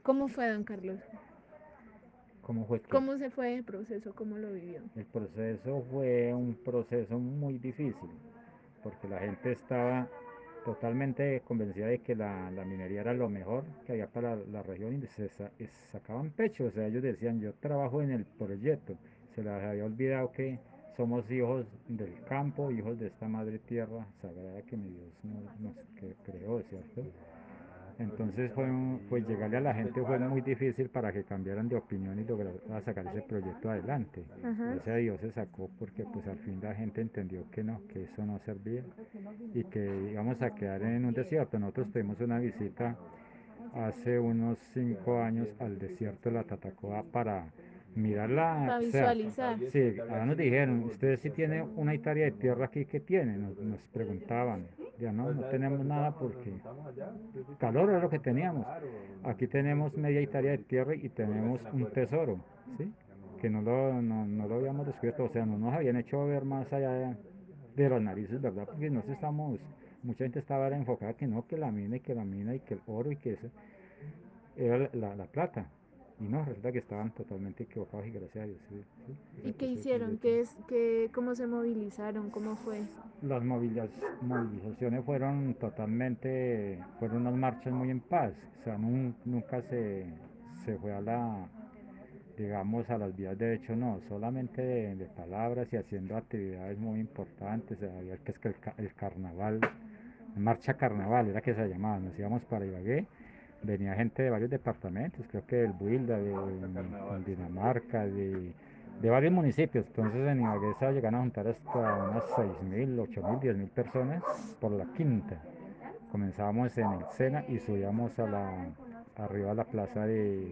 ¿Cómo fue, don Carlos? ¿Cómo fue que? ¿Cómo se fue el proceso? ¿Cómo lo vivió? El proceso fue un proceso muy difícil, porque la gente estaba totalmente convencida de que la minería era lo mejor que había para la región y sacaban pecho. O sea, ellos decían, yo trabajo en el proyecto. Se les había olvidado que somos hijos del campo, hijos de esta madre tierra sagrada que mi Dios nos creó, ¿cierto? Entonces pues llegarle a la gente fue muy difícil para que cambiaran de opinión y lograr sacar ese proyecto adelante. Ajá. Gracias a Dios se sacó porque pues al fin la gente entendió que no, que eso no servía y que íbamos a quedar en un desierto. Nosotros tuvimos una visita hace unos 5 años al desierto de la Tatacoa para mirarla, Para o sea, visualizar. sí, ahora nos dijeron, ustedes sí tienen una hectárea de tierra aquí, ¿qué tienen? Nos preguntaban, ya no, no tenemos nada porque calor era lo que teníamos. Aquí tenemos media hectárea de tierra y tenemos un tesoro, ¿sí? Que no lo habíamos descubierto, o sea, no nos habían hecho ver más allá de las narices, ¿verdad? Porque nosotros estamos, mucha gente estaba enfocada que no, que la mina y que la mina y que el oro y que eso era la plata. Y no, resulta que estaban totalmente equivocados y gracias a Dios se ¿Y sacó qué ese hicieron? proyecto. ¿Cómo se movilizaron? ¿Cómo fue? Las movilizaciones fueron unas marchas muy en paz, o sea, nunca se fue digamos, a las vías de hecho, no, solamente de palabras y haciendo actividades muy importantes, había que es que el carnaval, marcha carnaval era que se llamaba, nos íbamos para Ibagué, venía gente de varios departamentos, creo que del Builda, de Cundinamarca, de varios municipios. Entonces en Ibagué se llegan a juntar hasta unas 6.000, 8.000, 10.000 personas por la quinta. Comenzábamos en el Sena y subíamos arriba a la plaza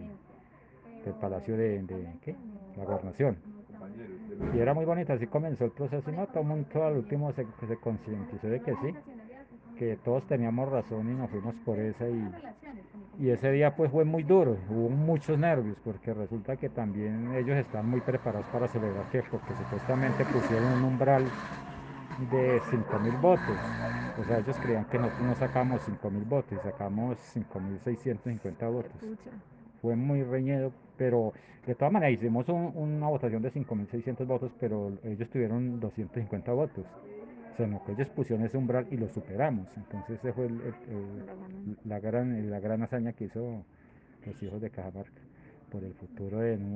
del Palacio de ¿qué? La Gobernación. Y era muy bonito, así comenzó el proceso y no, todo el mundo al último se concientizó de que sí, que todos teníamos razón y nos fuimos por esa y ese día pues fue muy duro, hubo muchos nervios porque resulta que también ellos están muy preparados para celebrar que porque supuestamente pusieron un umbral de 5.000 votos, o sea ellos creían que nosotros no sacamos 5.000 votos y sacamos 5.650 votos, Pucha. fue muy reñido, pero de todas maneras hicimos una votación de 5.600 votos, pero ellos tuvieron 250 votos. O sea, no, que ellos pusieron ese umbral y lo superamos. Entonces ese fue La ganancia. la gran hazaña que hizo los hijos de Cajamarca por el futuro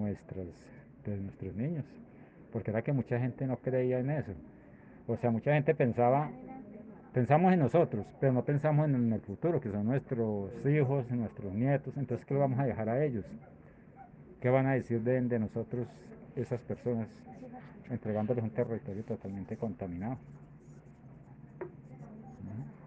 de nuestros niños. Porque era que mucha gente no creía en eso. O sea, mucha gente pensamos en nosotros, pero no pensamos en el futuro, que son nuestros hijos, nuestros nietos. Entonces, ¿qué le vamos a dejar a ellos? ¿Qué van a decir de nosotros esas personas entregándoles un territorio totalmente contaminado?